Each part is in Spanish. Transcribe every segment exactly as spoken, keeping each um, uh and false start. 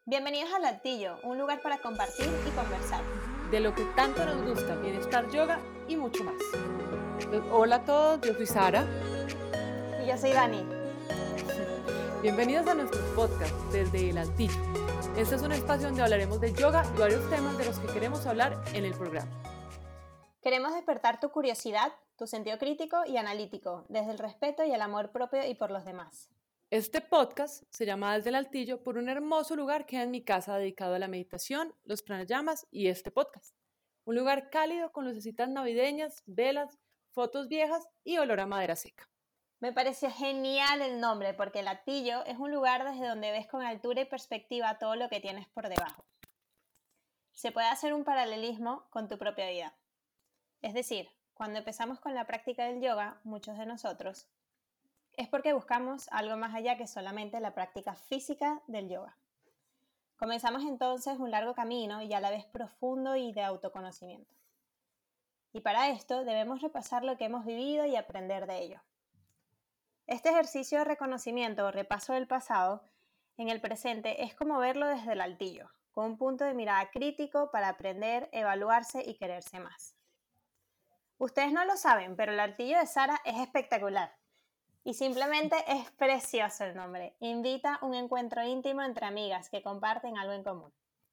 Bienvenidos al Altillo, un lugar para compartir y conversar. De lo que tanto nos gusta, bienestar, yoga y mucho más. Hola a todos, yo soy Sara. Y yo soy Dani. Bienvenidos a nuestro podcast desde el Altillo. Este es un espacio donde hablaremos de yoga y varios temas de los que queremos hablar en el programa. Queremos despertar tu curiosidad, tu sentido crítico y analítico, desde el respeto y el amor propio y por los demás. Este podcast se llama Desde el Altillo por un hermoso lugar que hay en mi casa dedicado a la meditación, los pranayamas y este podcast. Un lugar cálido con lucecitas navideñas, velas, fotos viejas y olor a madera seca. Me pareció genial el nombre porque el Altillo es un lugar desde donde ves con altura y perspectiva todo lo que tienes por debajo. Se puede hacer un paralelismo con tu propia vida. Es decir, cuando empezamos con la práctica del yoga, muchos de nosotros, es porque buscamos algo más allá que solamente la práctica física del yoga. Comenzamos entonces un largo camino y a la vez profundo y de autoconocimiento. Y para esto debemos repasar lo que hemos vivido y aprender de ello. Este ejercicio de reconocimiento o repaso del pasado en el presente es como verlo desde el altillo, con un punto de mirada crítico para aprender, evaluarse y quererse más. Ustedes no lo saben, pero el altillo de Sara es espectacular. Y simplemente es precioso el nombre. Invita un encuentro íntimo entre amigas que comparten algo en común.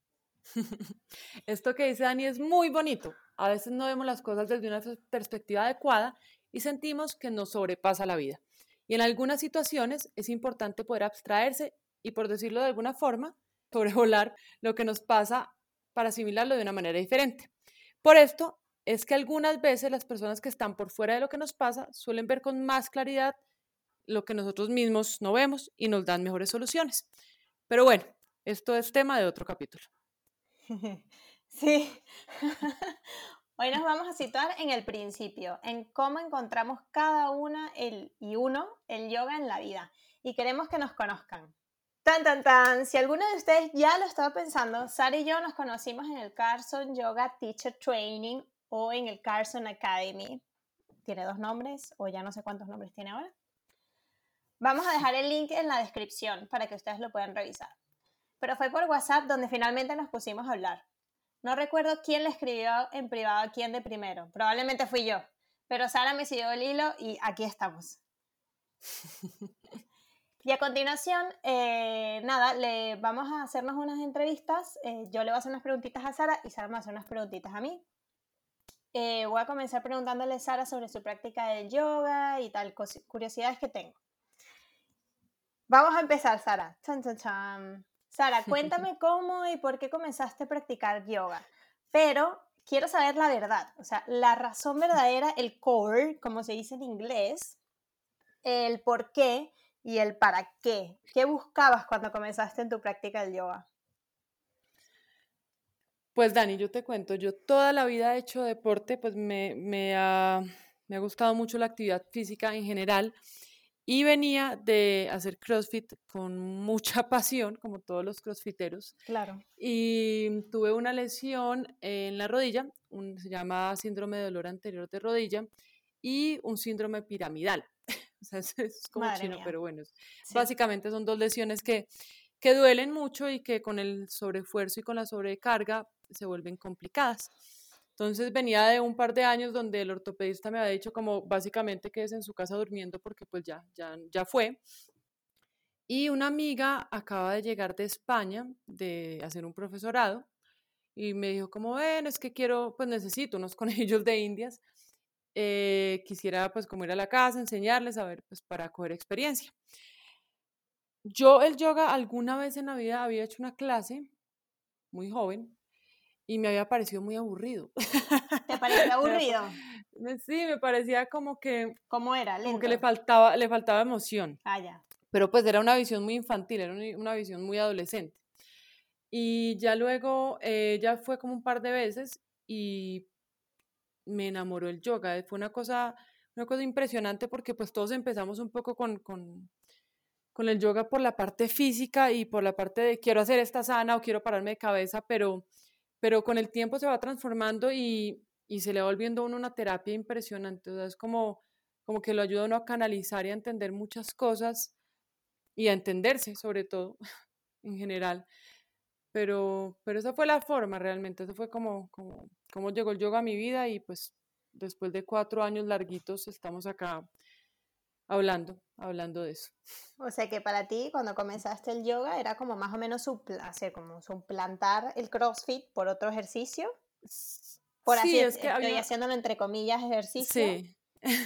Esto que dice Dani es muy bonito. A veces no vemos las cosas desde una perspectiva adecuada y sentimos que nos sobrepasa la vida. Y en algunas situaciones es importante poder abstraerse y, por decirlo de alguna forma, sobrevolar lo que nos pasa para asimilarlo de una manera diferente. Por esto es que algunas veces las personas que están por fuera de lo que nos pasa suelen ver con más claridad lo que nosotros mismos no vemos y nos dan mejores soluciones. Pero bueno, esto es tema de otro capítulo. Sí. Hoy nos vamos a situar en el principio, en cómo encontramos cada una el, y uno el yoga en la vida. Y queremos que nos conozcan. Tan, tan, tan. Si alguno de ustedes ya lo estaba pensando, Sara y yo nos conocimos en el Carson Yoga Teacher Training o en el Carson Academy. Tiene dos nombres o ya no sé cuántos nombres tiene ahora. Vamos a dejar el link en la descripción para que ustedes lo puedan revisar. Pero fue por WhatsApp donde finalmente nos pusimos a hablar. No recuerdo quién le escribió en privado a quién de primero. Probablemente fui yo. Pero Sara me siguió el hilo y aquí estamos. Y a continuación, eh, nada, le vamos a hacernos unas entrevistas. Eh, yo le voy a hacer unas preguntitas a Sara y Sara me va a hacer unas preguntitas a mí. Eh, voy a comenzar preguntándole a Sara sobre su práctica del yoga y tal, curiosidades que tengo. Vamos a empezar, Sara. Chan, chan, chan. Sara, cuéntame cómo y por qué comenzaste a practicar yoga. Pero quiero saber la verdad, o sea, la razón verdadera, el core, como se dice en inglés, el por qué y el para qué. ¿Qué buscabas cuando comenzaste en tu práctica del yoga? Pues Dani, yo te cuento, yo toda la vida he hecho deporte, pues me, me, ha, me ha gustado mucho la actividad física en general y venía de hacer CrossFit con mucha pasión, como todos los crossfiteros. Claro. Y tuve una lesión en la rodilla, un, se llama síndrome de dolor anterior de rodilla y un síndrome piramidal. O sea, es, es como Madre chino, mía. pero bueno, Sí. básicamente son dos lesiones que, que duelen mucho y que con el sobreesfuerzo y con la sobrecarga se vuelven complicadas. Entonces venía de un par de años donde el ortopedista me había dicho como básicamente quédese en su casa durmiendo porque pues ya, ya, ya fue. Y una amiga acaba de llegar de España de hacer un profesorado y me dijo como ven, es que quiero, pues necesito unos conejillos de indias. Eh, quisiera pues como ir a la casa, enseñarles, a ver, pues para coger experiencia. Yo el yoga alguna vez en la vida había hecho una clase muy joven y me había parecido muy aburrido. ¿Te pareció aburrido? Sí, me parecía como que, ¿Cómo era? ¿Lento? como que le faltaba, le faltaba emoción. Ah, ya. Pero pues era una visión muy infantil, era una visión muy adolescente. Y ya luego, eh, ya fue como un par de veces y me enamoró el yoga. Fue una cosa, una cosa impresionante porque pues todos empezamos un poco con, con, con el yoga por la parte física y por la parte de quiero hacer esta sana o quiero pararme de cabeza, pero, pero con el tiempo se va transformando y, y se le va volviendo a uno una terapia impresionante. O sea, es como, como que lo ayuda a uno a canalizar y a entender muchas cosas y a entenderse sobre todo en general. pero, pero esa fue la forma realmente, eso fue como, como, como llegó el yoga a mi vida y pues después de cuatro años larguitos estamos acá hablando, hablando de eso. O sea que para ti, cuando comenzaste el yoga, era como más o menos supl- hacer como suplantar el CrossFit por otro ejercicio, S- por así Sí, es- es que estoy había, haciéndolo entre comillas ejercicio. sí,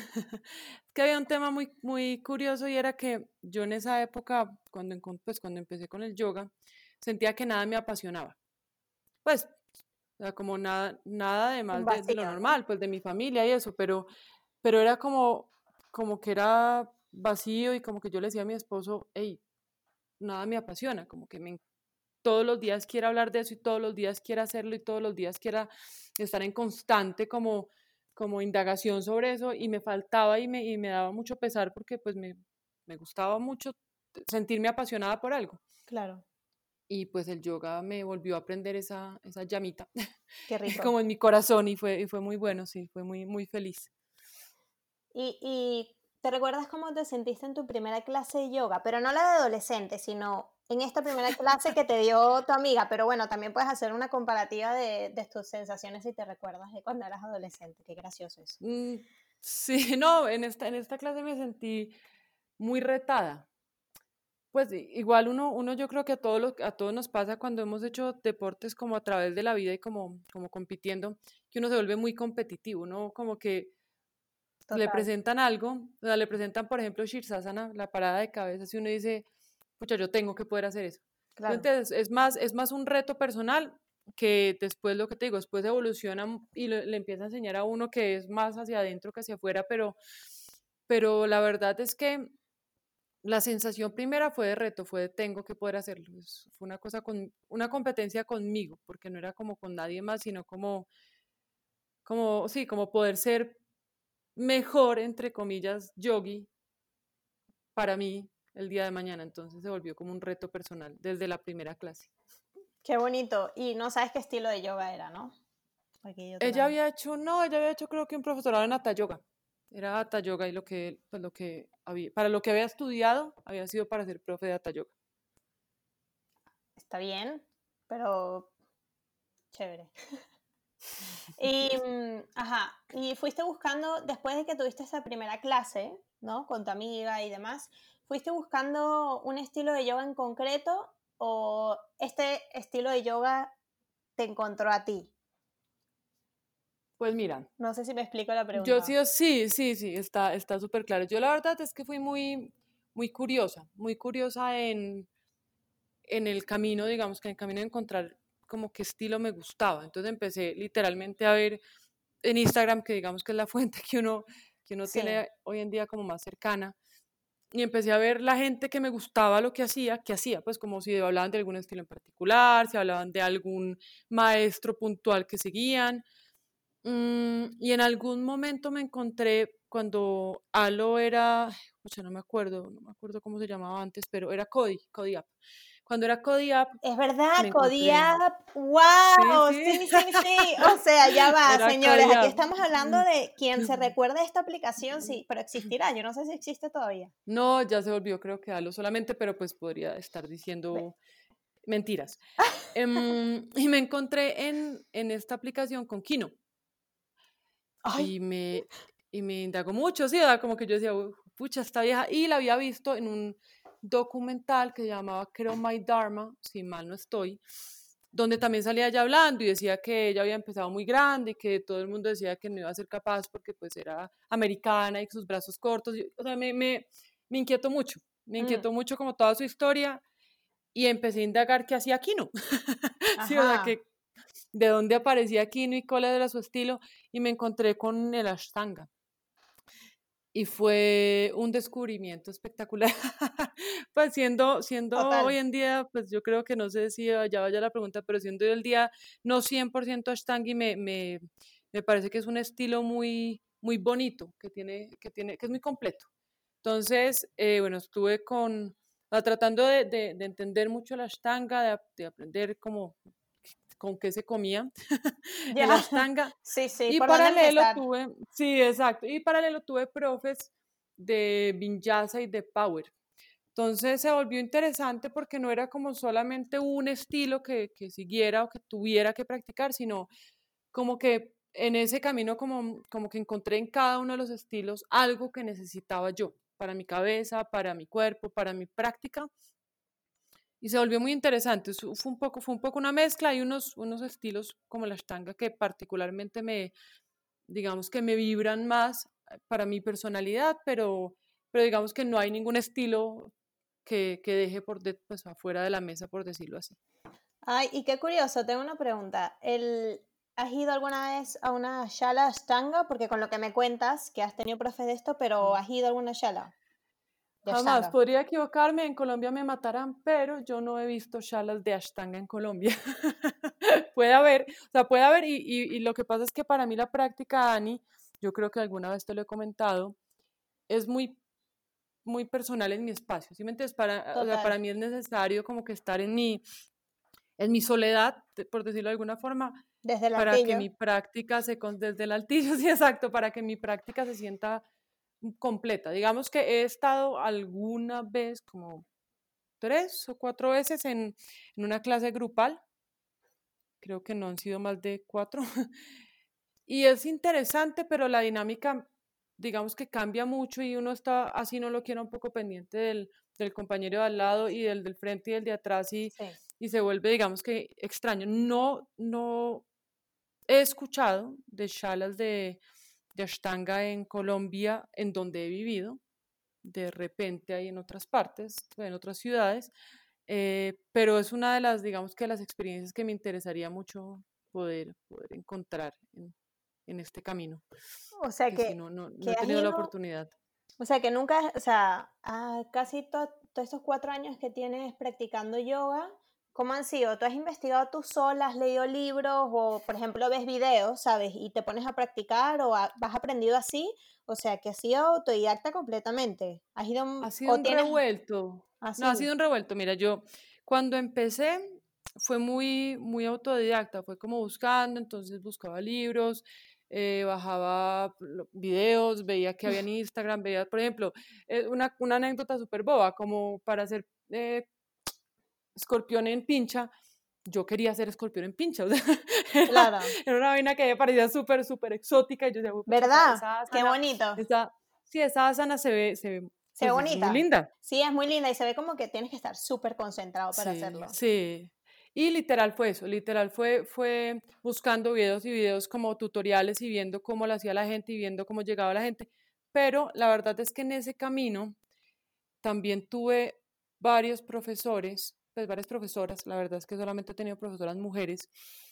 es que había un tema muy, muy curioso y era que yo en esa época, cuando, encon- pues, cuando empecé con el yoga, sentía que nada me apasionaba. Pues, o sea, como nada, nada Un además de, de lo vacío, ¿no? normal, pues de mi familia y eso, pero, pero era como, como que era vacío y como que yo le decía a mi esposo, hey, nada me apasiona, como que me, todos los días quiera hablar de eso y todos los días quiera hacerlo y todos los días quiera estar en constante como, como indagación sobre eso y me faltaba y me, y me daba mucho pesar porque pues me, me gustaba mucho sentirme apasionada por algo. Claro, Y pues el yoga me volvió a prender esa, esa llamita qué rico. como en mi corazón y fue, y fue muy bueno, sí, fue muy, muy feliz. ¿Y, y te recuerdas cómo te sentiste en tu primera clase de yoga? Pero no la de adolescente, sino en esta primera clase que te dio tu amiga. Pero bueno, también puedes hacer una comparativa de, de tus sensaciones si te recuerdas de cuando eras adolescente. Qué gracioso eso. Mm, sí, no, en esta, en esta clase me sentí muy retada. Pues i- igual uno, uno yo creo que a todos, los- a todos nos pasa cuando hemos hecho deportes como a través de la vida y como, como compitiendo, que uno se vuelve muy competitivo, ¿no? Como que le Total, presentan algo, o sea, le presentan, por ejemplo, Shirsasana, la parada de cabeza, y uno dice, pucha, yo tengo que poder hacer eso. claro. Entonces, es más, es más un reto personal que después lo que te digo, después evoluciona y le, le empieza a enseñar a uno que es más hacia adentro que hacia afuera, pero, pero la verdad es que la sensación primera fue de reto, fue de tengo que poder hacerlo. Es- Fue una cosa con, una competencia conmigo, porque no era como con nadie más, sino como, como, sí, como poder ser mejor, entre comillas, yogi para mí el día de mañana. Entonces se volvió como un reto personal desde la primera clase. Qué bonito. Y no sabes qué estilo de yoga era, ¿no? Porque yo Ella también. había hecho, no, ella había hecho creo que un profesorado en Hatha Yoga. Era Hatha Yoga y lo que, pues lo que había, para lo que había estudiado había sido para ser profe de Hatha Yoga. Está bien, pero chévere. Y, mm, ajá, y fuiste buscando, después de que tuviste esa primera clase, ¿no? Con tu amiga y demás, ¿fuiste buscando un estilo de yoga en concreto o este estilo de yoga te encontró a ti? Pues mira, No sé si me explico la yo pregunta. sí, sí, sí, sí, está, está súper claro. Yo la verdad es que fui muy, muy curiosa, muy curiosa en, en el camino, digamos que en el camino de encontrar como qué estilo me gustaba. Entonces empecé literalmente a ver en Instagram, que digamos que es la fuente que uno, que uno Sí, tiene hoy en día como más cercana, y empecé a ver la gente que me gustaba lo que hacía, que hacía, pues como si hablaban de algún estilo en particular, si hablaban de algún maestro puntual que seguían. Mm, y en algún momento me encontré cuando Alo era, o no me acuerdo, no me acuerdo cómo se llamaba antes, pero era Cody, Cody App. Cuando era Cody App, es verdad, me encontré, Kodiak, sí, wow, sí, sí, sí, sí. O sea, ya va, era señores, Cody aquí App. estamos hablando de quien se recuerda de esta aplicación, sí, pero existirá, yo no sé si existe todavía. No, ya se volvió, creo que Alo solamente, pero pues podría estar Ve- diciendo mentiras. Em, y me encontré en, en esta aplicación con Kino Ay, y me, y me indagó mucho, sí, ¿verdad? Como que yo decía, "Uy, pucha, esta vieja", y la había visto en un documental que se llamaba creo My Dharma, si mal no estoy, donde también salía ella hablando y decía que ella había empezado muy grande y que todo el mundo decía que no iba a ser capaz porque pues era americana y sus brazos cortos, y, o sea, me, me, me inquietó mucho, me mm, inquietó mucho como toda su historia y empecé a indagar qué hacía Kino, sí, o sea, ajá. que de dónde aparecía Kino y cuál era su estilo, y me encontré con el Ashtanga. Y fue un descubrimiento espectacular. Pues siendo, siendo Total. hoy en día, pues yo creo que no sé si ya vaya la pregunta, pero siendo hoy el día no cien por ciento Ashtangi, me, me, me parece que es un estilo muy, muy bonito, que tiene, que tiene, que es muy completo. Entonces, eh, bueno, estuve con, ah, tratando de, de, de entender mucho la Ashtanga, de, de aprender cómo, con qué se comía el Ya, Ashtanga. sí, sí, Y ¿por dónde paralelo empezar? tuve, sí, exacto, y paralelo tuve profes de Vinyasa y de Power. Entonces se volvió interesante porque no era como solamente un estilo que, que siguiera o que tuviera que practicar, sino como que en ese camino como, como que encontré en cada uno de los estilos algo que necesitaba yo, para mi cabeza, para mi cuerpo, para mi práctica. Y se volvió muy interesante. Su- Fue un poco, fue un poco una mezcla. Hay unos, unos estilos como la Ashtanga que particularmente me, digamos que me vibran más eh, para mi personalidad, pero, pero digamos que no hay ningún estilo que, que deje por de- pues, afuera de la mesa, por decirlo así. Ay, y qué curioso, tengo una pregunta. El, ¿has ido alguna vez a una shala ashtanga? Porque con lo que me cuentas, que has tenido profes de esto, pero Mm. ¿has ido a alguna shala de Jamás, ashtanga? podría equivocarme, en Colombia me matarán, pero yo no he visto shalas de Ashtanga en Colombia. Puede haber, o sea, puede haber, y, y, y lo que pasa es que para mí la práctica, Ani, yo creo que alguna vez te lo he comentado, es muy, muy personal en mi espacio, ¿sí me entiendes? Para, o sea, Total, para mí es necesario como que estar en mi, en mi soledad, te- por decirlo de alguna forma, desde el para que altillo. mi práctica se, con- desde el altillo, sí, exacto, para que mi práctica se sienta completa. Digamos que he estado alguna vez, como tres o cuatro veces en, en una clase grupal, creo que no han sido más de cuatro, y es interesante, pero la dinámica, digamos que cambia mucho y uno está, así no lo quiera, un poco pendiente del, del compañero de al lado y del del frente y del de atrás y, Sí. y se vuelve, digamos que extraño. No, no he escuchado de shalas de, de Ashtanga en Colombia, en donde he vivido, de repente hay en otras partes, en otras ciudades, eh, pero es una de las, digamos que las experiencias que me interesaría mucho poder, poder encontrar en, en este camino, O sea que si que, no, no, no que he has tenido la ido, oportunidad. o sea que nunca, o sea, ah, casi to- todos estos cuatro años que tienes practicando yoga, ¿cómo han sido? ¿Tú has investigado tú sola, has leído libros o, por ejemplo, ves videos, ¿sabes? Y te pones a practicar o ha- has aprendido así? O sea, que has sido autodidacta completamente. ¿Has ido mm, Ha sido o un tienes revuelto, no, ha así? sido un revuelto. Mira, yo cuando empecé fue muy, muy autodidacta, fue como buscando, entonces buscaba libros, eh, bajaba lo- videos, veía que había en Instagram, veía, por ejemplo, eh, una, una anécdota súper boba, como para hacer eh, escorpión en pincha, yo quería hacer escorpión en pincha, o sea, era, Claro, era una vaina que me parecía súper, súper exótica, y yo decía, "Uy, pucha, esa, ¿verdad? esa Qué asana, bonito. esa, sí, esa asana se ve, se ve, Se ve pues es muy bonita. linda". Sí, es muy linda y se ve como que tienes que estar súper concentrado para Sí, hacerlo. sí. Y literal fue eso, literal fue, fue buscando videos y videos como tutoriales y viendo cómo lo hacía la gente y viendo cómo llegaba la gente. Pero la verdad es que en ese camino también tuve varios profesores, pues varias profesoras, la verdad es que solamente he tenido profesoras mujeres.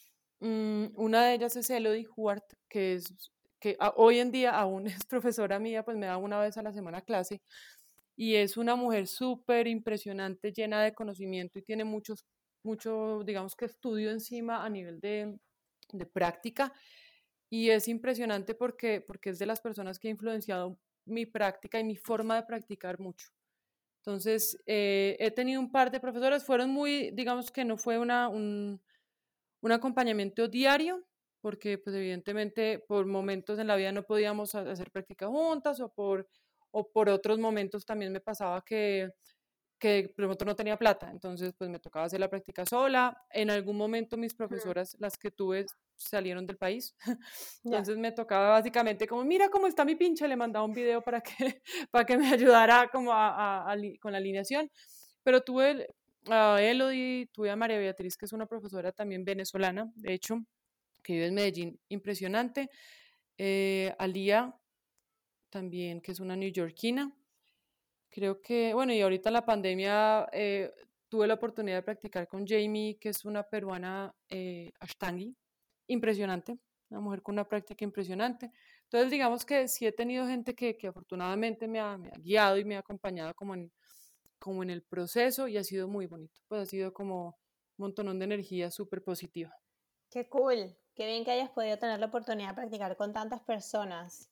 Mm, una de ellas es Elodie Huart, que es que a- hoy en día aún es profesora mía, pues me da una vez a la semana clase y es una mujer súper impresionante, llena de conocimiento y tiene muchos, mucho, digamos que estudio encima a nivel de, de práctica y es impresionante porque, porque es de las personas que ha influenciado mi práctica y mi forma de practicar mucho. Entonces, eh, he tenido un par de profesores, fueron muy, digamos que no fue una, un, un acompañamiento diario, porque pues evidentemente por momentos en la vida no podíamos ha- hacer práctica juntas o por, o por otros momentos también me pasaba que, que de pronto no tenía plata, entonces pues me tocaba hacer la práctica sola. En algún momento mis Ujú. profesoras, las que tuve, salieron del país, Ya. entonces me tocaba básicamente como, mira cómo está mi pinche, le mandaba un video para que, para que me ayudara como a, a- a li- con la alineación, pero tuve el- a Elodie, tuve a María Beatriz, que es una profesora también venezolana, de hecho, que vive en Medellín, impresionante, eh, a Lía también, que es una neoyorquina. Creo que, bueno, y ahorita en la pandemia eh, tuve la oportunidad de practicar con Jamie, que es una peruana eh, Ashtangi, impresionante, una mujer con una práctica impresionante. Entonces, digamos que sí he tenido gente que, que afortunadamente me ha, me ha guiado y me ha acompañado como en, como en el proceso y ha sido muy bonito, pues ha sido como un montón de energía súper positiva. Qué cool. Qué bien que hayas podido tener la oportunidad de practicar con tantas personas.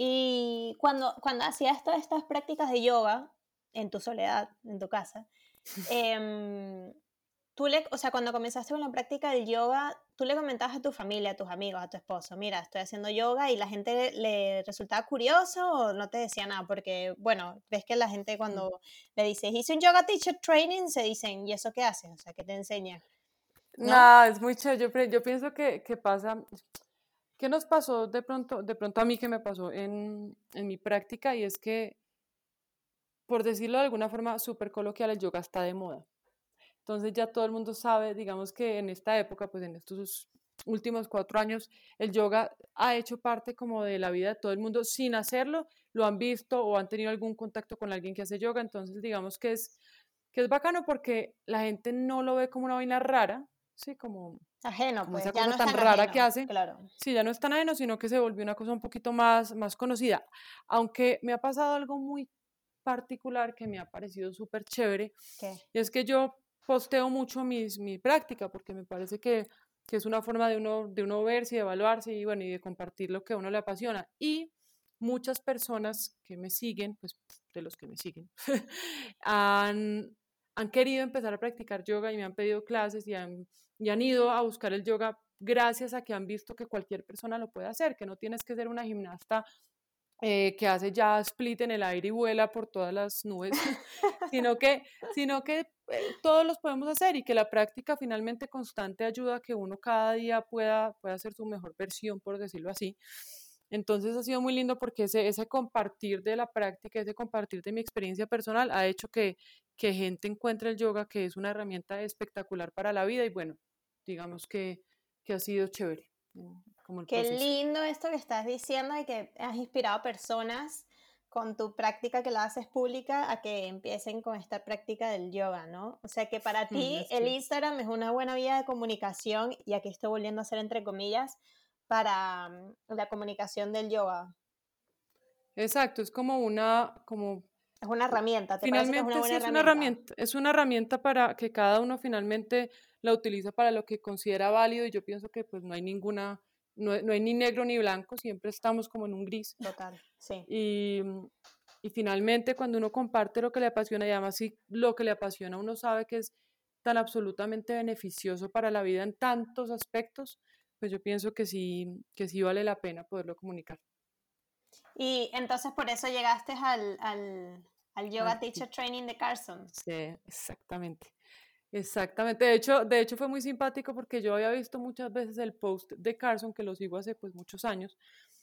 Y cuando, cuando hacías todas estas prácticas de yoga en tu soledad, en tu casa, em, tú le, o sea, cuando comenzaste con la práctica del yoga, tú le comentabas a tu familia, a tus amigos, a tu esposo, mira, estoy haciendo yoga y la gente le resultaba curioso o no te decía nada, porque, bueno, ves que la gente Mm. cuando le dices, hice un yoga teacher training, se dicen, ¿y eso qué haces? O sea, ¿qué te enseñan? ¿No? Nada, es muy chévere. Yo, pre- yo pienso que, que pasa, ¿qué nos pasó de pronto, de pronto a mí que me pasó en, en mi práctica? Y es que, por decirlo de alguna forma súper coloquial, el yoga está de moda. Entonces ya todo el mundo sabe, digamos que en esta época, pues en estos últimos cuatro años, el yoga ha hecho parte como de la vida de todo el mundo sin hacerlo, lo han visto o han tenido algún contacto con alguien que hace yoga, entonces digamos que es, que es bacano porque la gente no lo ve como una vaina rara, sí, como, Ajeno, como pues, esa ya cosa no es tan tan rara que ajeno, hace, claro. sí, ya no es tan ajeno, sino que se volvió una cosa un poquito más, más conocida, aunque me ha pasado algo muy particular que me ha parecido súper chévere, ¿Qué? y es que yo posteo mucho mis, mi práctica porque me parece que, que es una forma de uno, de uno verse y evaluarse y, bueno, y de compartir lo que a uno le apasiona. Y muchas personas que me siguen, pues de los que me siguen, han, han querido empezar a practicar yoga y me han pedido clases y han, y han ido a buscar el yoga gracias a que han visto que cualquier persona lo puede hacer, que no tienes que ser una gimnasta eh, que hace ya split en el aire y vuela por todas las nubes, sino que, sino que eh, todos los podemos hacer y que la práctica finalmente constante ayuda a que uno cada día pueda, pueda hacer su mejor versión, por decirlo así. Entonces ha sido muy lindo porque ese, ese compartir de la práctica, ese compartir de mi experiencia personal ha hecho que, que gente encuentre el yoga, que es una herramienta espectacular para la vida y bueno, digamos que, que ha sido chévere, ¿no? Como el Qué proceso. lindo esto que estás diciendo y que has inspirado a personas con tu práctica que la haces pública a que empiecen con esta práctica del yoga, ¿no? O sea que para Mm, ti es el chévere. Instagram es una buena vía de comunicación y aquí estoy volviendo a hacer entre comillas para mm, la comunicación del yoga. Exacto, es como una, como Es una herramienta, ¿te parece que es una finalmente sí buena es una herramienta? herramienta, es una herramienta para que cada uno finalmente la utiliza para lo que considera válido y yo pienso que pues no hay ninguna, no, hay no hay ni negro ni blanco, siempre estamos como en un gris Total, sí. y, y finalmente cuando uno comparte lo que le apasiona y además si lo que le apasiona uno sabe que es tan absolutamente beneficioso para la vida en tantos aspectos, pues yo pienso que sí, que sí vale la pena poderlo comunicar. Y entonces por eso llegaste al, al, al Yoga Al Teacher Training de Carson. sí, exactamente. Exactamente. De hecho, de hecho fue muy simpático porque yo había visto muchas veces el post de Carson, que lo sigo hace pues muchos años,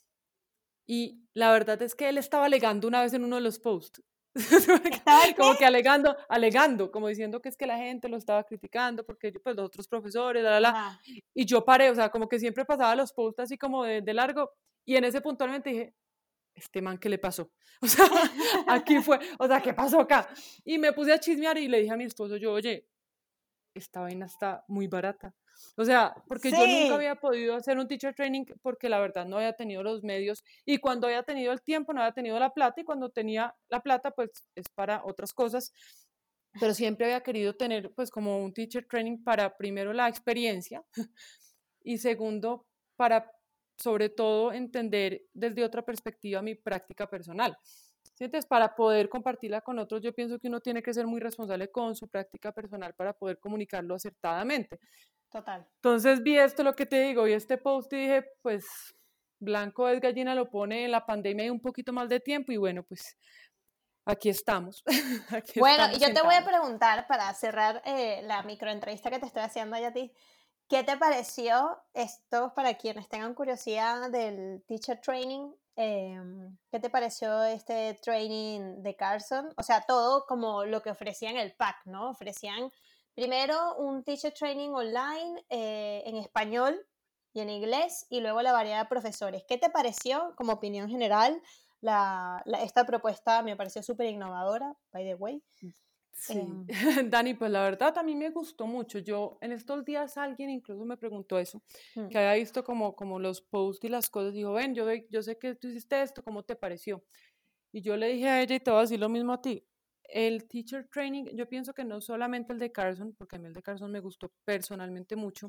y la verdad es que él estaba alegando una vez en uno de los posts. ¿Estaba qué? Como que alegando, alegando, como diciendo que es que la gente lo estaba criticando porque yo, pues los otros profesores, la, la, la, Ajá. y yo paré, o sea, como que siempre pasaba los posts así como de, de largo, y en ese puntualmente dije, este man, ¿qué le pasó? O sea, aquí fue, o sea, ¿qué pasó acá? Y me puse a chismear y le dije a mi esposo, yo, oye, esta vaina está muy barata. O sea, porque yo nunca Sí. había podido hacer un teacher training porque la verdad no había tenido los medios y cuando había tenido el tiempo no había tenido la plata y cuando tenía la plata pues es para otras cosas, pero siempre había querido tener pues como un teacher training para primero la experiencia y segundo para sobre todo entender desde otra perspectiva mi práctica personal. ¿Sientes? Para poder compartirla con otros, yo pienso que uno tiene que ser muy responsable con su práctica personal para poder comunicarlo acertadamente. Total. Entonces vi esto, lo que te digo, vi este post y dije, pues, blanco es gallina, lo pone en la pandemia y un poquito más de tiempo y bueno, pues aquí estamos, aquí Bueno, y estamos yo te voy a sentados. preguntar para cerrar eh, la microentrevista que te estoy haciendo a ti. ¿Qué te pareció esto para quienes tengan curiosidad del teacher training? eh, ¿Qué te pareció este training de Carson? O sea, todo como lo que ofrecían el pack, ¿no? Ofrecían primero un teacher training online eh, en español y en inglés y luego la variedad de profesores. ¿Qué te pareció como opinión general? La, la- esta propuesta me pareció súper innovadora, by the way. Sí, Em, Dani, pues la verdad a mí me gustó mucho. Yo en estos días alguien incluso me preguntó eso, mm, que había visto como, como los posts y las cosas, dijo, ven, yo, ve- yo sé que tú hiciste esto, ¿cómo te pareció? Y yo le dije a ella y te voy a decir lo mismo a ti. El teacher training, yo pienso que no solamente el de Carson, porque a mí el de Carson me gustó personalmente mucho,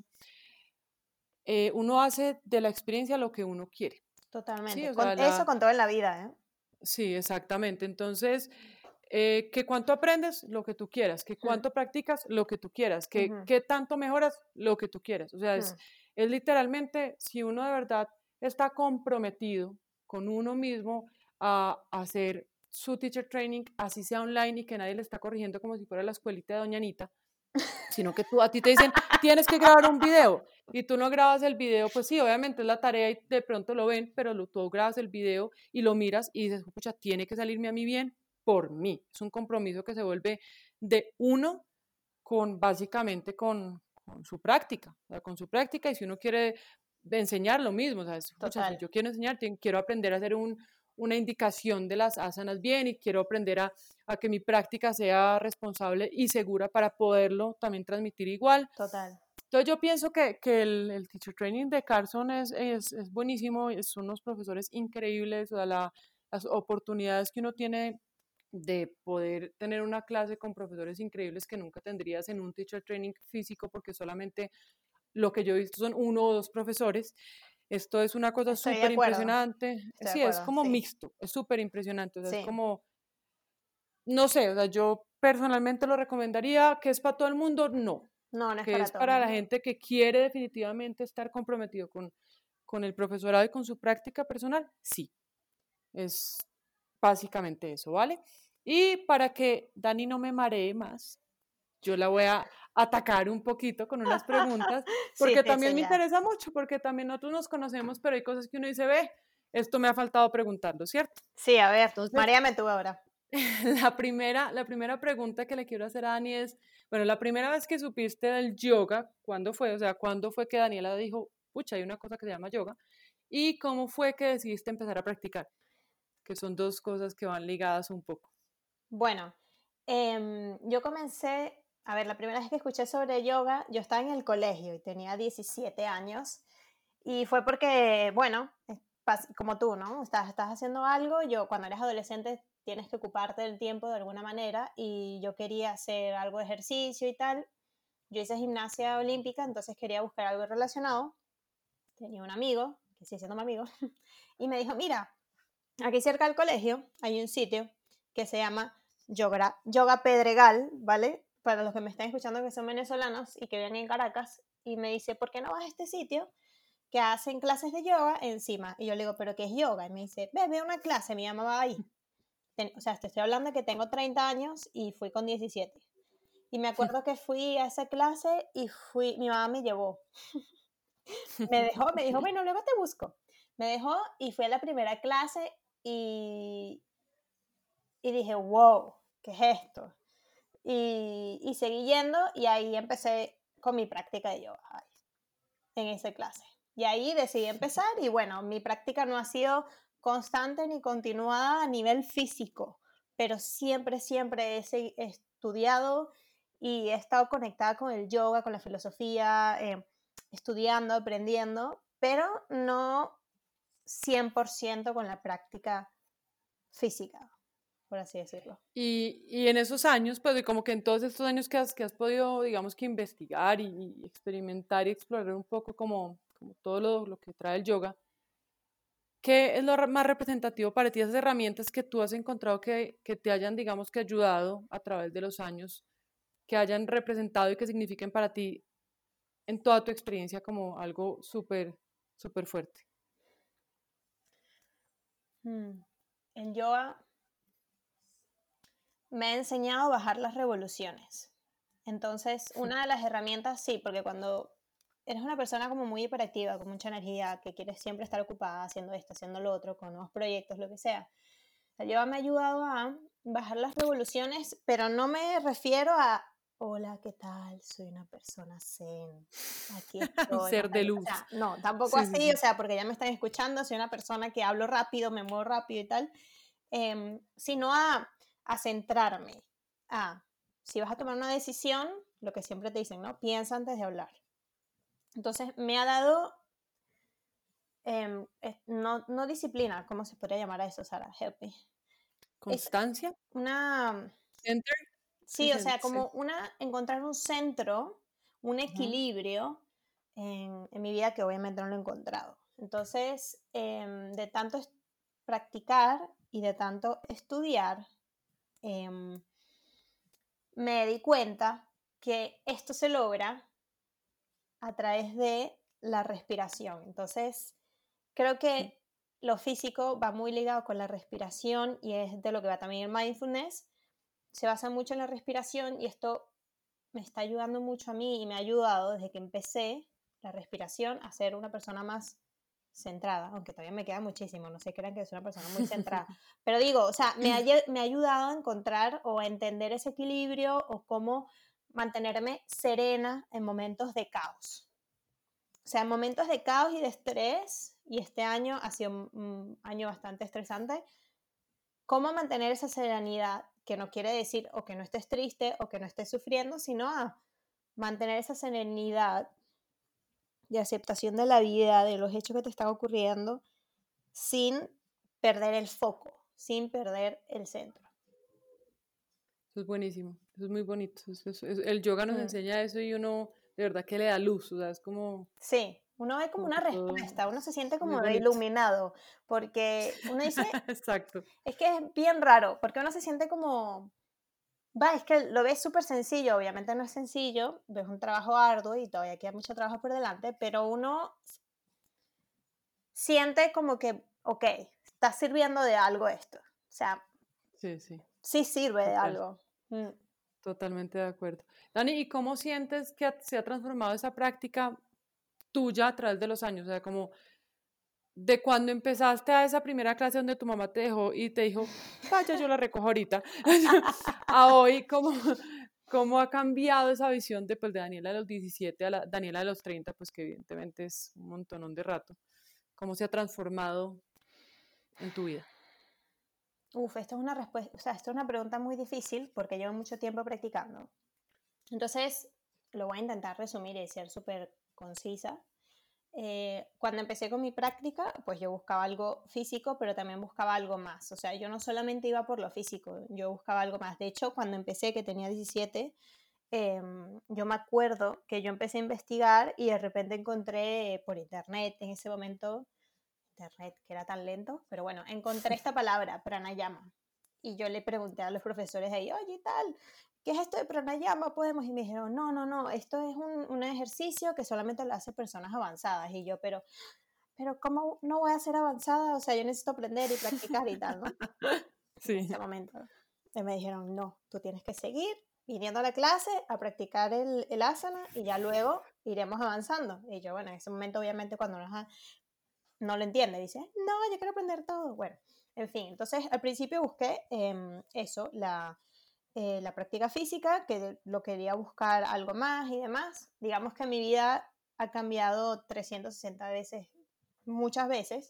eh, uno hace de la experiencia lo que uno quiere, ¿sí? totalmente. O Con, sea, eso la, con todo en la vida, ¿eh? sí, exactamente. Entonces, eh, que cuánto aprendes, lo que tú quieras, que cuánto practicas, lo que tú quieras, que Ujú. qué tanto mejoras, lo que tú quieras. O sea, es, Mm. es literalmente, si uno de verdad está comprometido con uno mismo a, a hacer su teacher training, así sea online y que nadie le está corrigiendo como si fuera la escuelita de Doña Anita, sino que tú, a ti te dicen, tienes que grabar un video, y tú no grabas el video, pues sí, obviamente es la tarea y de pronto lo ven, pero lo, tú grabas el video y lo miras y dices, pucha, tiene que salirme a mí bien por mí. Es un compromiso que se vuelve de uno con, básicamente, con, con su práctica, o sea, con su práctica, y si uno quiere enseñar lo mismo, o sea, pucha, si Total. yo quiero enseñar, quiero aprender a hacer un, una indicación de las asanas bien y quiero aprender a, a que mi práctica sea responsable y segura para poderlo también transmitir igual. Total. Entonces yo pienso que, que el, el teacher training de Carson es, es, es buenísimo, son unos profesores increíbles, o sea, la, las oportunidades que uno tiene de poder tener una clase con profesores increíbles que nunca tendrías en un teacher training físico, porque solamente lo que yo he visto son uno o dos profesores. Esto es una cosa Estoy de súper acuerdo. impresionante. Estoy de Sí, es acuerdo, como sí. mixto, es súper impresionante. O sea, es Sí. como, no sé, o sea, yo personalmente lo recomendaría. ¿Que es para todo el mundo? No. No, no es Que para es todo el para la mundo. gente que quiere definitivamente estar comprometido con, con el profesorado y con su práctica personal, sí. Es básicamente eso, ¿vale? Y para que Dani no me maree más, yo la voy a atacar un poquito con unas preguntas, Sí, porque sí, eso también me ya. interesa mucho, porque también nosotros nos conocemos, pero hay cosas que uno dice, ve, esto me ha faltado preguntarlo, ¿cierto? Sí, a ver, Entonces, maréame tú ahora. la primera, la primera pregunta que le quiero hacer a Dani es, bueno, la primera vez que supiste del yoga, ¿cuándo fue? O sea, ¿cuándo fue que Daniela dijo, pucha, hay una cosa que se llama yoga? ¿Y cómo fue que decidiste empezar a practicar? Que son dos cosas que van ligadas un poco. Bueno, em, yo comencé, a ver, la primera vez que escuché sobre yoga, yo estaba en el colegio y tenía diecisiete años y fue porque, bueno, es pas- como tú, ¿no? Estás, estás haciendo algo, yo cuando eres adolescente tienes que ocuparte del tiempo de alguna manera y yo quería hacer algo de ejercicio y tal. Yo hice gimnasia olímpica, entonces quería buscar algo relacionado. Tenía un amigo, que sigue siendo mi amigo, y me dijo, mira, aquí cerca del colegio hay un sitio que se llama Yoga, Yoga Pedregal, ¿vale? Para los que me están escuchando que son venezolanos y que viven en Caracas, y me dice, ¿por qué no vas a este sitio que hacen clases de yoga encima? Y yo le digo, ¿pero qué es yoga? Y me dice, ve, ve una clase, mi mamá va ahí. Ten, o sea, te estoy hablando de que tengo treinta años y fui con diecisiete. Y me acuerdo que fui a esa clase y fui, mi mamá me llevó. Me dejó, me dijo, bueno, luego te busco. Me dejó y fui a la primera clase y, y dije, wow, ¿qué es esto? Y, y seguí yendo y ahí empecé con mi práctica de yoga ahí, en esa clase. Y ahí decidí empezar y bueno, mi práctica no ha sido constante ni continuada a nivel físico, pero siempre, siempre he, he estudiado y he estado conectada con el yoga, con la filosofía, eh, estudiando, aprendiendo, pero no cien por ciento con la práctica física, por así decirlo. Y, y en esos años, pues como que en todos estos años que has, que has podido, digamos que investigar y, y experimentar y explorar un poco como, como todo lo, lo que trae el yoga, ¿qué es lo re- más representativo para ti, esas herramientas que tú has encontrado que, que te hayan, digamos que ayudado a través de los años, que hayan representado y que signifiquen para ti en toda tu experiencia como algo súper, súper fuerte? Mm. El yoga me ha enseñado a bajar las revoluciones. Entonces, una de las herramientas, sí, porque cuando eres una persona como muy hiperactiva, con mucha energía, que quieres siempre estar ocupada haciendo esto, haciendo lo otro, con nuevos proyectos, lo que sea, la yoga me ha ayudado a bajar las revoluciones, pero no me refiero a, hola, ¿qué tal? Soy una persona zen, aquí Un estoy, ser de Natalia. O luz. sea, no, tampoco Sí, sí, así, o sí. sea, porque ya me están escuchando, soy una persona que hablo rápido, me muevo rápido y tal, eh, sino a, a centrarme, a, si vas a tomar una decisión, lo que siempre te dicen, ¿no? Piensa antes de hablar. Entonces, me ha dado, eh, no, no disciplina, ¿cómo se podría llamar a eso, Sara? Help me. Es Constancia. una, Center. Sí, sí, o sí, sea, sí. como una, encontrar un centro, un Ujú. equilibrio en, en mi vida que obviamente no lo he encontrado. Entonces, eh, de tanto practicar y de tanto estudiar, em, me di cuenta que esto se logra a través de la respiración. Entonces, creo que lo físico va muy ligado con la respiración y es de lo que va también el mindfulness. Se basa mucho en la respiración y esto me está ayudando mucho a mí y me ha ayudado desde que empecé la respiración a ser una persona más centrada, aunque todavía me queda muchísimo, no se crean que soy una persona muy centrada, pero digo, o sea, me ha, me ha ayudado a encontrar o a entender ese equilibrio o cómo mantenerme serena en momentos de caos. O sea, en momentos de caos y de estrés, y este año ha sido un, un año bastante estresante, cómo mantener esa serenidad, que no quiere decir o que no estés triste o que no estés sufriendo, sino a mantener esa serenidad de aceptación de la vida, de los hechos que te están ocurriendo, sin perder el foco, sin perder el centro. Eso es buenísimo, eso es muy bonito. Eso es, es, el yoga nos mm. enseña eso y uno de verdad que le da luz, o sea, es como... Sí, uno ve como, como una respuesta, uno se siente como iluminado, porque uno dice... Exacto. Es que es bien raro, porque uno se siente como... Va, es que lo ves súper sencillo, obviamente no es sencillo, ves un trabajo arduo y todavía queda mucho trabajo por delante, pero uno siente como que, ok, está sirviendo de algo esto. O sea, sí, sí. sí sirve Total. de algo. Mm. Totalmente de acuerdo. Dani, ¿y cómo sientes que se ha transformado esa práctica tuya a través de los años? O sea, como de cuando empezaste a esa primera clase donde tu mamá te dejó y te dijo, vaya, yo la recojo ahorita, a hoy, ¿cómo, ¿cómo ha cambiado esa visión de, pues, de Daniela de los diecisiete a la Daniela de los treinta, pues que evidentemente es un montonón de rato? ¿Cómo se ha transformado en tu vida? Uf, esto es una respuesta, o sea, esto es una pregunta muy difícil porque llevo mucho tiempo practicando. Entonces, lo voy a intentar resumir y ser súper concisa. Eh, cuando empecé con mi práctica, pues yo buscaba algo físico, pero también buscaba algo más. O sea, yo no solamente iba por lo físico, yo buscaba algo más. De hecho, cuando empecé, que tenía diecisiete, eh, yo me acuerdo que yo empecé a investigar y de repente encontré por internet, en ese momento, internet que era tan lento, pero bueno, encontré esta palabra, pranayama. Y yo le pregunté a los profesores ahí, oye, tal, ¿qué es esto de pranayama? Podemos, y me dijeron, no, no, no, esto es un, un ejercicio que solamente lo hacen personas avanzadas. Y yo, pero, pero ¿cómo no voy a ser avanzada? O sea, yo necesito aprender y practicar y tal, ¿no? Sí. En ese momento. Y me dijeron, no, tú tienes que seguir viniendo a la clase a practicar el, el asana y ya luego iremos avanzando. Y yo, bueno, en ese momento obviamente cuando uno no lo entiende, dice, no, yo quiero aprender todo. Bueno, en fin, entonces al principio busqué eh, eso, la... Eh, la práctica física, que lo quería buscar algo más y demás. Digamos que mi vida ha cambiado trescientas sesenta veces, muchas veces.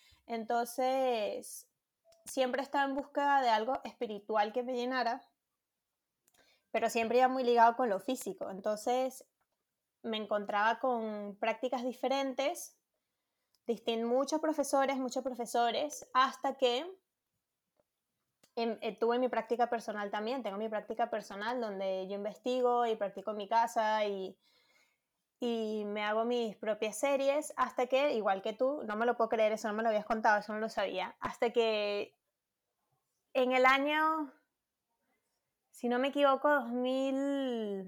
Entonces, siempre estaba en búsqueda de algo espiritual que me llenara, pero siempre iba muy ligado con lo físico. Entonces, me encontraba con prácticas diferentes, distin- muchos profesores, muchos profesores, hasta que Eh, tuve mi práctica personal también, tengo mi práctica personal donde yo investigo y practico en mi casa y, y me hago mis propias series hasta que, igual que tú, no me lo puedo creer, eso no me lo habías contado, eso no lo sabía, hasta que en el año, si no me equivoco, dos mil,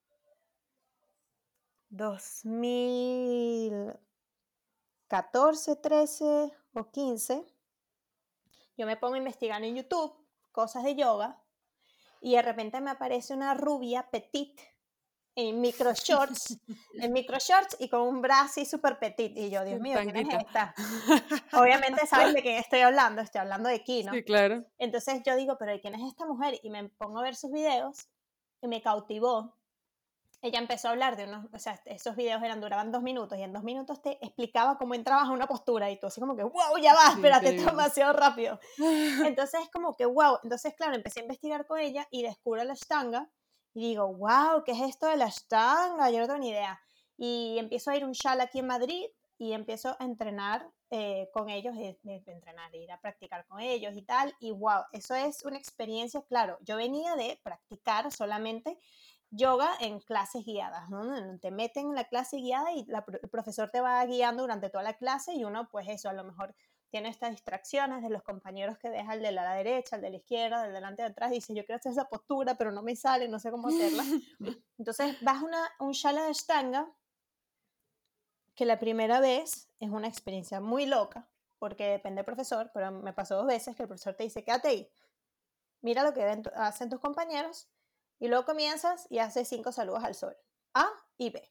dos mil catorce, trece o quince, yo me pongo a investigar en YouTube cosas de yoga y de repente me aparece una rubia petit en micro shorts, en micro shorts y con un brazo así súper petit. Y yo, Dios mío, ¿quién es esta? Obviamente sabes de quién estoy hablando, estoy hablando de Kino. Sí, claro. Entonces yo digo, pero ¿quién es esta mujer? Y me pongo a ver sus videos y me cautivó. Ella empezó a hablar de unos, o sea, esos videos eran, duraban dos minutos y en dos minutos te explicaba cómo entrabas a una postura y tú así como que, wow, ya va, espérate, esto es demasiado rápido. Entonces es como que, wow, entonces claro, empecé a investigar con ella y descubro la Ashtanga y digo, wow, ¿qué es esto de la Ashtanga? Yo no tengo ni idea. Y empiezo a ir a un shala aquí en Madrid y empiezo a entrenar eh, con ellos, eh, entrenar, ir a practicar con ellos y tal, y wow, eso es una experiencia, claro, yo venía de practicar solamente yoga en clases guiadas, ¿no? Te meten en la clase guiada y la, el profesor te va guiando durante toda la clase y uno, pues eso, a lo mejor tiene estas distracciones de los compañeros que ves al de la derecha, al de la izquierda, del delante de atrás, dice, yo quiero hacer esa postura, pero no me sale, no sé cómo hacerla. Entonces vas a una, un Shala de Ashtanga, que la primera vez es una experiencia muy loca, porque depende del profesor, pero me pasó dos veces que el profesor te dice, quédate ahí, mira lo que ven, hacen tus compañeros, y luego comienzas y haces cinco saludos al sol, A y B.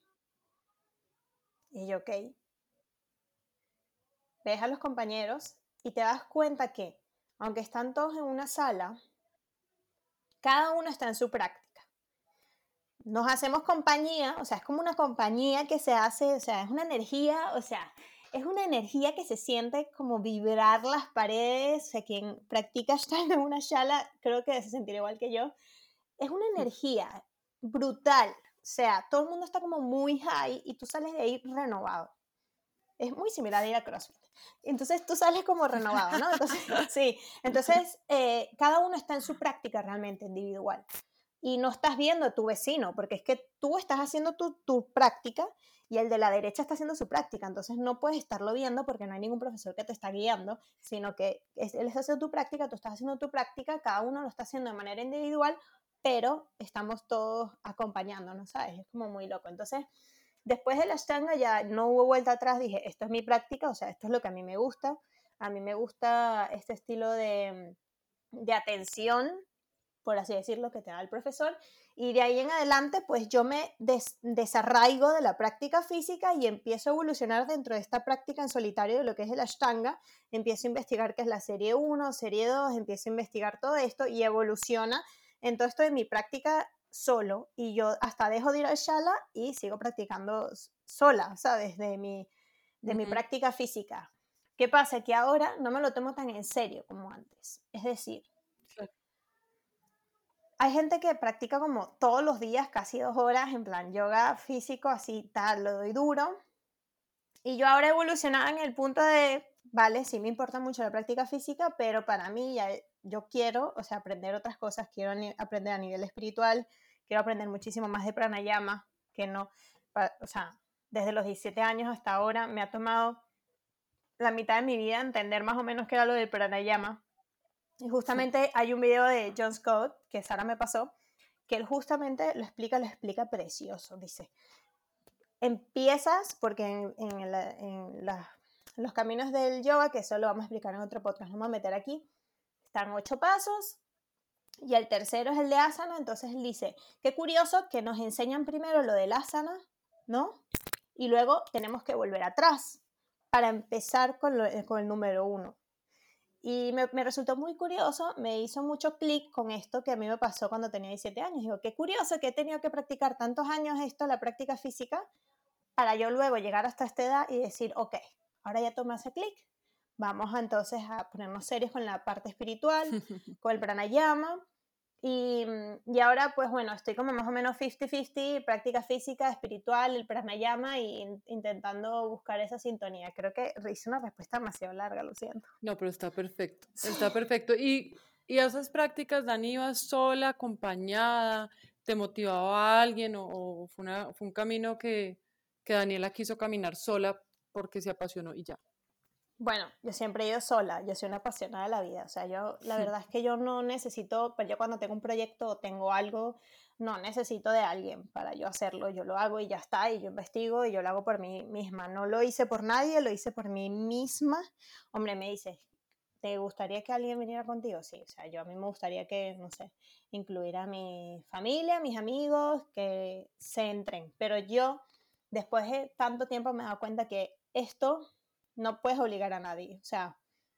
Y yo, ok. Ves a los compañeros y te das cuenta que, aunque están todos en una sala, cada uno está en su práctica. Nos hacemos compañía, o sea, es como una compañía que se hace, o sea, es una energía, o sea, es una energía que se siente como vibrar las paredes. O sea, quien practica Ashtanga en una sala, creo que se sentirá igual que yo. Es una energía brutal, o sea, todo el mundo está como muy high y tú sales de ahí renovado. Es muy similar a ir a CrossFit. Entonces tú sales como renovado, ¿no? Entonces, sí, entonces eh, cada uno está en su práctica realmente individual. Y no estás viendo a tu vecino, porque es que tú estás haciendo tu, tu práctica y el de la derecha está haciendo su práctica. Entonces no puedes estarlo viendo porque no hay ningún profesor que te está guiando, sino que es, él está haciendo tu práctica, tú estás haciendo tu práctica, cada uno lo está haciendo de manera individual, pero estamos todos acompañándonos, ¿sabes? Es como muy loco. Entonces, después de la Ashtanga ya no hubo vuelta atrás, dije, esto es mi práctica, o sea, esto es lo que a mí me gusta. A mí me gusta este estilo de, de atención, por así decirlo, que te da el profesor, y de ahí en adelante pues yo me des desarraigo de la práctica física y empiezo a evolucionar dentro de esta práctica en solitario de lo que es el Ashtanga, empiezo a investigar qué es la serie uno, serie dos, empiezo a investigar todo esto y evoluciona en todo esto de mi práctica solo, y yo hasta dejo de ir al Shala y sigo practicando sola, ¿sabes? De mi, de uh-huh. mi práctica física. ¿Qué pasa? Que ahora no me lo tomo tan en serio como antes, es decir, sí. Hay gente que practica como todos los días, casi dos horas, en plan yoga físico, así tal, lo doy duro. Y yo ahora he evolucionado en el punto de, vale, sí me importa mucho la práctica física, pero para mí ya yo quiero, o sea, aprender otras cosas, quiero aprender a nivel espiritual, quiero aprender muchísimo más de pranayama, que no, o sea, desde los diecisiete años hasta ahora me ha tomado la mitad de mi vida entender más o menos qué era lo del pranayama. Y justamente hay un video de John Scott, que Sara me pasó, que él justamente lo explica, lo explica precioso. Dice, empiezas, porque en, en, la, en la, los caminos del yoga, que eso lo vamos a explicar en otro podcast, no me voy a meter aquí, están ocho pasos, y el tercero es el de asana. Entonces él dice, qué curioso que nos enseñan primero lo del asana, ¿no? Y luego tenemos que volver atrás para empezar con, lo, con el número uno. Y me, me resultó muy curioso, me hizo mucho clic con esto que a mí me pasó cuando tenía diecisiete años. Digo, qué curioso que he tenido que practicar tantos años esto, la práctica física, para yo luego llegar hasta esta edad y decir, ok, ahora ya tomé ese clic, vamos a, entonces a ponernos serios con la parte espiritual, con el pranayama. Y, y ahora, pues bueno, estoy como más o menos cincuenta cincuenta, práctica física, espiritual, el pranayama, y intentando buscar esa sintonía. Creo que hice una respuesta demasiado larga, lo siento. No, pero está perfecto, está perfecto. Y, y esas prácticas, Dani, ¿ibas sola, acompañada? ¿Te motivaba a alguien o, o fue, una, fue un camino que, que Daniela quiso caminar sola porque se apasionó y ya? Bueno, yo siempre he ido sola, yo soy una apasionada de la vida, o sea, yo, la verdad es que yo no necesito, pero yo cuando tengo un proyecto o tengo algo, no necesito de alguien para yo hacerlo, yo lo hago y ya está, y yo investigo y yo lo hago por mí misma, no lo hice por nadie, lo hice por mí misma. Hombre, me dices, ¿te gustaría que alguien viniera contigo? Sí, o sea, yo a mí me gustaría que, no sé, incluir a mi familia, a mis amigos, que se entren, pero yo, después de tanto tiempo me he dado cuenta que esto no puedes obligar a nadie, o sea,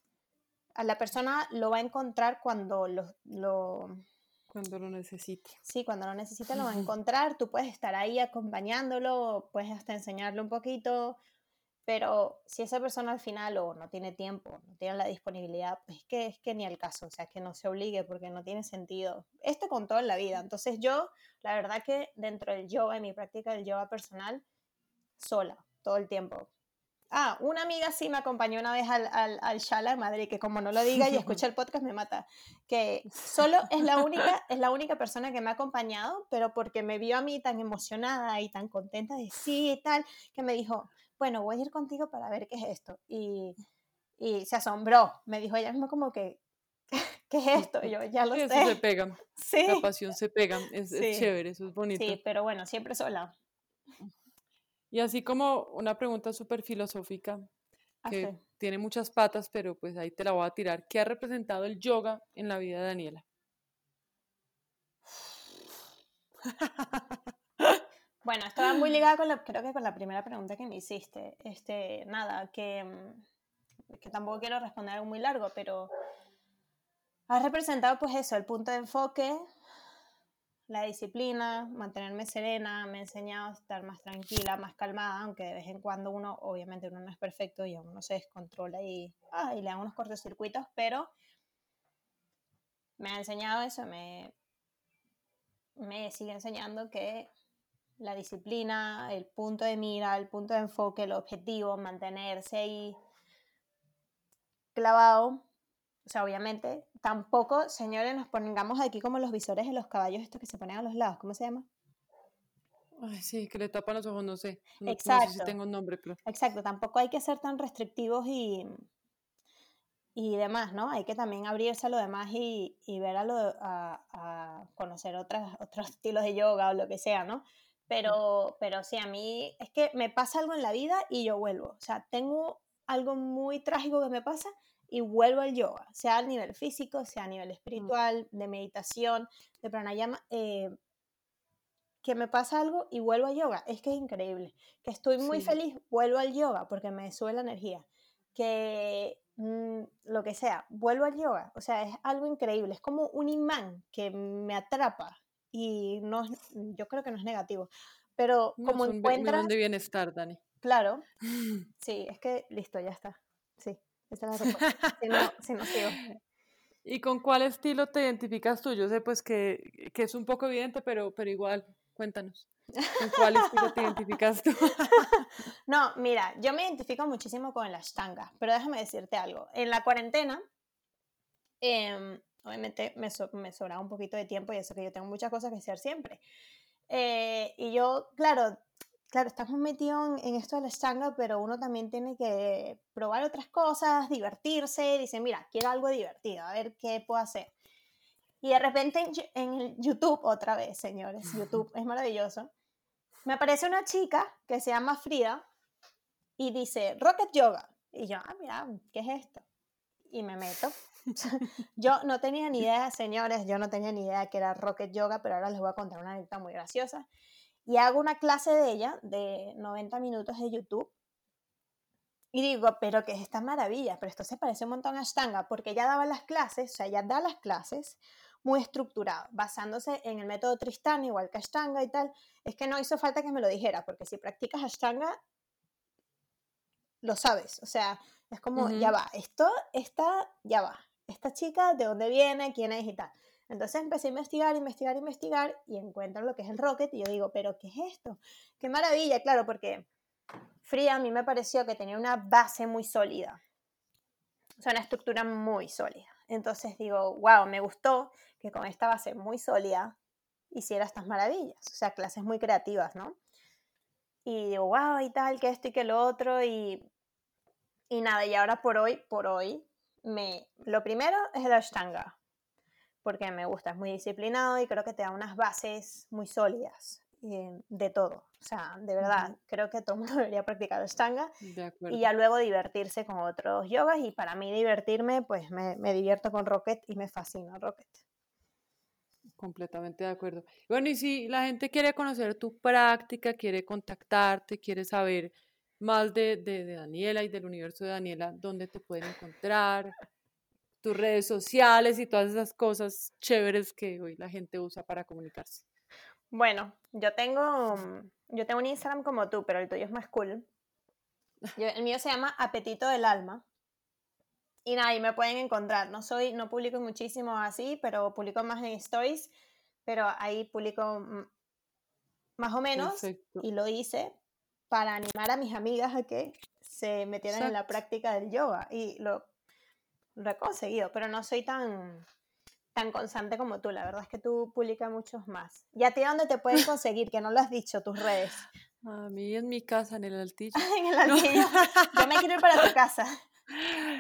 a la persona lo va a encontrar cuando lo, lo... Cuando lo necesite. Sí, cuando lo necesite lo va a encontrar, tú puedes estar ahí acompañándolo, puedes hasta enseñarle un poquito, pero si esa persona al final o no tiene tiempo, no tiene la disponibilidad, pues es que, es que ni al caso, o sea, que no se obligue porque no tiene sentido. Esto con todo en la vida. Entonces yo, la verdad que dentro del yoga, en mi práctica del yoga personal, sola, todo el tiempo. Ah, una amiga sí me acompañó una vez al, al, al Shala en Madrid, que como no lo diga y escucha el podcast me mata, que solo es la, única, es la única persona que me ha acompañado, pero porque me vio a mí tan emocionada y tan contenta de sí y tal, que me dijo, bueno, voy a ir contigo para ver qué es esto. Y, Y se asombró, me dijo ella misma como que, ¿qué es esto? Y yo, ya lo Sí, eso sé. se pega, Sí, la pasión se pega, es, es sí, chévere, eso es bonito. sí, pero bueno, siempre sola. Y así como una pregunta súper filosófica, Así. que tiene muchas patas, pero pues ahí te la voy a tirar. ¿Qué ha representado el yoga en la vida de Daniela? Bueno, estaba muy ligada con la, creo que con la primera pregunta que me hiciste. Este, nada, que, mm, que tampoco quiero responder algo muy largo, pero ha representado pues eso, el punto de enfoque, la disciplina, mantenerme serena, me ha enseñado a estar más tranquila, más calmada, aunque de vez en cuando uno, obviamente uno no es perfecto y uno se descontrola y, ah, y le dan unos cortocircuitos, pero me ha enseñado eso, me, me sigue enseñando que la disciplina, el punto de mira, el punto de enfoque, el objetivo, mantenerse ahí clavado. O sea, obviamente, tampoco, señores, nos pongamos aquí como los visores de los caballos estos que se ponen a los lados. ¿Cómo se llama? Ay, sí, que le tapan los ojos, no sé, no, no sé si Exacto, tengo un nombre, pero exacto. Tampoco hay que ser tan restrictivos y, y demás, ¿no? Hay que también abrirse a lo demás y, y ver a, lo, a, a conocer otras, otros estilos de yoga o lo que sea, ¿no? Pero, pero sí, a mí es que me pasa algo en la vida y yo vuelvo. O sea, tengo algo muy trágico que me pasa y vuelvo al yoga, sea a nivel físico, sea a nivel mm, espiritual, de meditación, de pranayama, eh, que me pasa algo y vuelvo a yoga. Es que es increíble. Que estoy muy sí, feliz, vuelvo al yoga porque me sube la energía. Que mmm, lo que sea, vuelvo al yoga. O sea, es algo increíble. Es como un imán que me atrapa y no es, yo creo que no es negativo. Pero no, como es un, be- encuentras, un de bienestar, Dani. claro, sí, es que listo, ya está. Sí, esa es la respuesta. Si no, si no sigo. ¿Y con cuál estilo te identificas tú? Yo sé pues que, que es un poco evidente, pero, pero igual, cuéntanos. ¿Con cuál estilo te identificas tú? No, mira, yo me identifico muchísimo con el Ashtanga, pero déjame decirte algo. En la cuarentena, eh, obviamente me, so me sobraba un poquito de tiempo y eso que yo tengo muchas cosas que hacer siempre. Eh, y yo, claro, claro, estamos metidos en, en esto del Ashtanga, pero uno también tiene que probar otras cosas, divertirse. Dice, mira, quiero algo divertido, a ver qué puedo hacer. Y de repente en, en el YouTube, otra vez, señores, YouTube es maravilloso, me aparece una chica que se llama Frida y dice Rocket Yoga. Y yo, ah, mira, ¿qué es esto? Y me meto. Yo no tenía ni idea, señores, yo no tenía ni idea que era Rocket Yoga, pero ahora les voy a contar una anécdota muy graciosa. Y hago una clase de ella de noventa minutos de YouTube. Y digo, pero ¿qué es esta maravilla? Pero esto se parece un montón a Ashtanga, porque ella daba las clases, o sea, ella da las clases muy estructurado, basándose en el método Tristana, igual que Ashtanga y tal. Es que no hizo falta que me lo dijera, porque si practicas Ashtanga, lo sabes, o sea, es como, ya Ujú. va, esto, esta, ya va, esta chica, ¿de dónde viene? ¿Quién es? Y tal. Entonces empecé a investigar, investigar, investigar y encuentro lo que es el Rocket y yo digo, pero ¿qué es esto? ¡Qué maravilla! Claro, porque Frida a mí me pareció que tenía una base muy sólida, o sea, una estructura muy sólida. Entonces digo, wow, me gustó que con esta base muy sólida hiciera estas maravillas, o sea, clases muy creativas, ¿no? Y digo, wow, y tal, que esto y que lo otro, y Y nada, y ahora por hoy, por hoy, me, lo primero es el Ashtanga, porque me gusta, es muy disciplinado y creo que te da unas bases muy sólidas eh, de todo. O sea, de verdad, Ujú, creo que todo el mundo debería practicar Ashtanga de y acuerdo, ya luego divertirse con otros yogas. Y para mí divertirme, pues me, me divierto con Rocket y me fascina Rocket. completamente de acuerdo. Bueno, y si la gente quiere conocer tu práctica, quiere contactarte, quiere saber más de, de, de Daniela y del universo de Daniela, ¿dónde te pueden encontrar? Tus redes sociales y todas esas cosas chéveres que hoy la gente usa para comunicarse. Bueno, yo tengo, yo tengo un Instagram como tú, pero el tuyo es más cool. Yo, el mío se llama Apetito del Alma. Y nada, ahí me pueden encontrar. No soy, no publico muchísimo así, pero publico más en stories, pero ahí publico mm, más o menos Perfecto, y lo hice para animar a mis amigas a que se metieran en la exacto. práctica del yoga y lo, lo he conseguido, pero no soy tan, tan constante como tú. La verdad es que tú publicas muchos más. ¿Y a ti dónde te pueden conseguir? Que no lo has dicho, tus redes. A mí en mi casa, en el altillo. En el No. altillo. Yo me quiero ir para tu casa.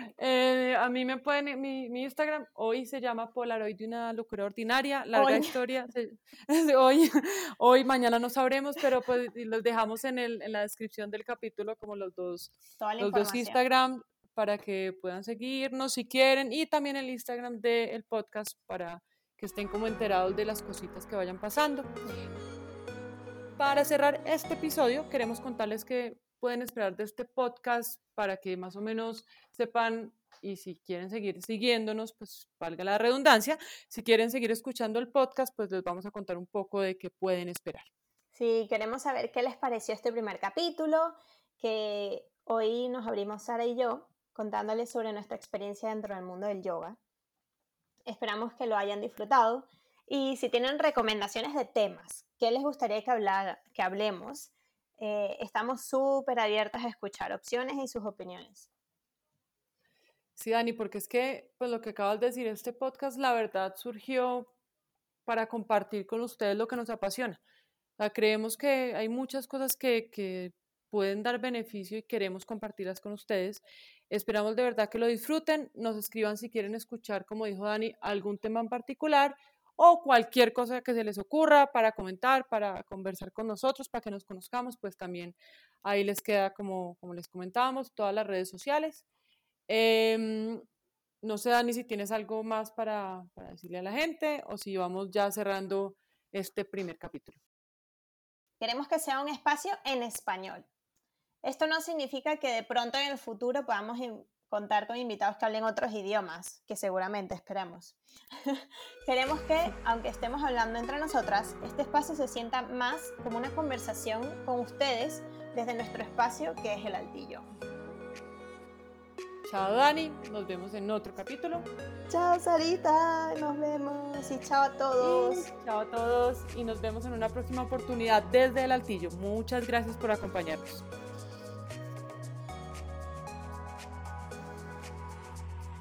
Eh, a mí me pueden, mi, mi Instagram hoy se llama Polaroid de una locura ordinaria, larga Hoy. historia. se- hoy, hoy, mañana no sabremos, pero pues los dejamos en, el, en la descripción del capítulo como los dos, Toda la los dos información. Instagram para que puedan seguirnos si quieren y también el Instagram del podcast para que estén como enterados de las cositas que vayan pasando. Para cerrar este episodio, queremos contarles que pueden esperar de este podcast para que más o menos sepan y si quieren seguir siguiéndonos, pues valga la redundancia, si quieren seguir escuchando el podcast, pues les vamos a contar un poco de qué pueden esperar. Sí, queremos saber qué les pareció este primer capítulo, que hoy nos abrimos Sara y yo contándoles sobre nuestra experiencia dentro del mundo del yoga. Esperamos que lo hayan disfrutado y si tienen recomendaciones de temas, ¿qué les gustaría que, hablar, que hablemos? Eh, estamos súper abiertas a escuchar opciones y sus opiniones. Sí, Dani, porque es que, pues lo que acabas de decir, este podcast, la verdad, surgió para compartir con ustedes lo que nos apasiona. O sea, creemos que hay muchas cosas que, que pueden dar beneficio y queremos compartirlas con ustedes. Esperamos de verdad que lo disfruten. Nos escriban si quieren escuchar, como dijo Dani, algún tema en particular o cualquier cosa que se les ocurra para comentar, para conversar con nosotros, para que nos conozcamos, pues también ahí les queda, como, como les comentábamos, todas las redes sociales. Eh, no sé, Dani, si tienes algo más para, para decirle a la gente o si vamos ya cerrando este primer capítulo. Queremos que sea un espacio en español. Esto no significa que de pronto en el futuro podamos contar con invitados que hablen otros idiomas, que seguramente esperemos. Queremos que, aunque estemos hablando entre nosotras, este espacio se sienta más como una conversación con ustedes desde nuestro espacio que es el Altillo. Chao, Dani, nos vemos en otro capítulo. Chao, Sarita, nos vemos y chao a todos. Y chao a todos y nos vemos en una próxima oportunidad desde el Altillo. Muchas gracias por acompañarnos.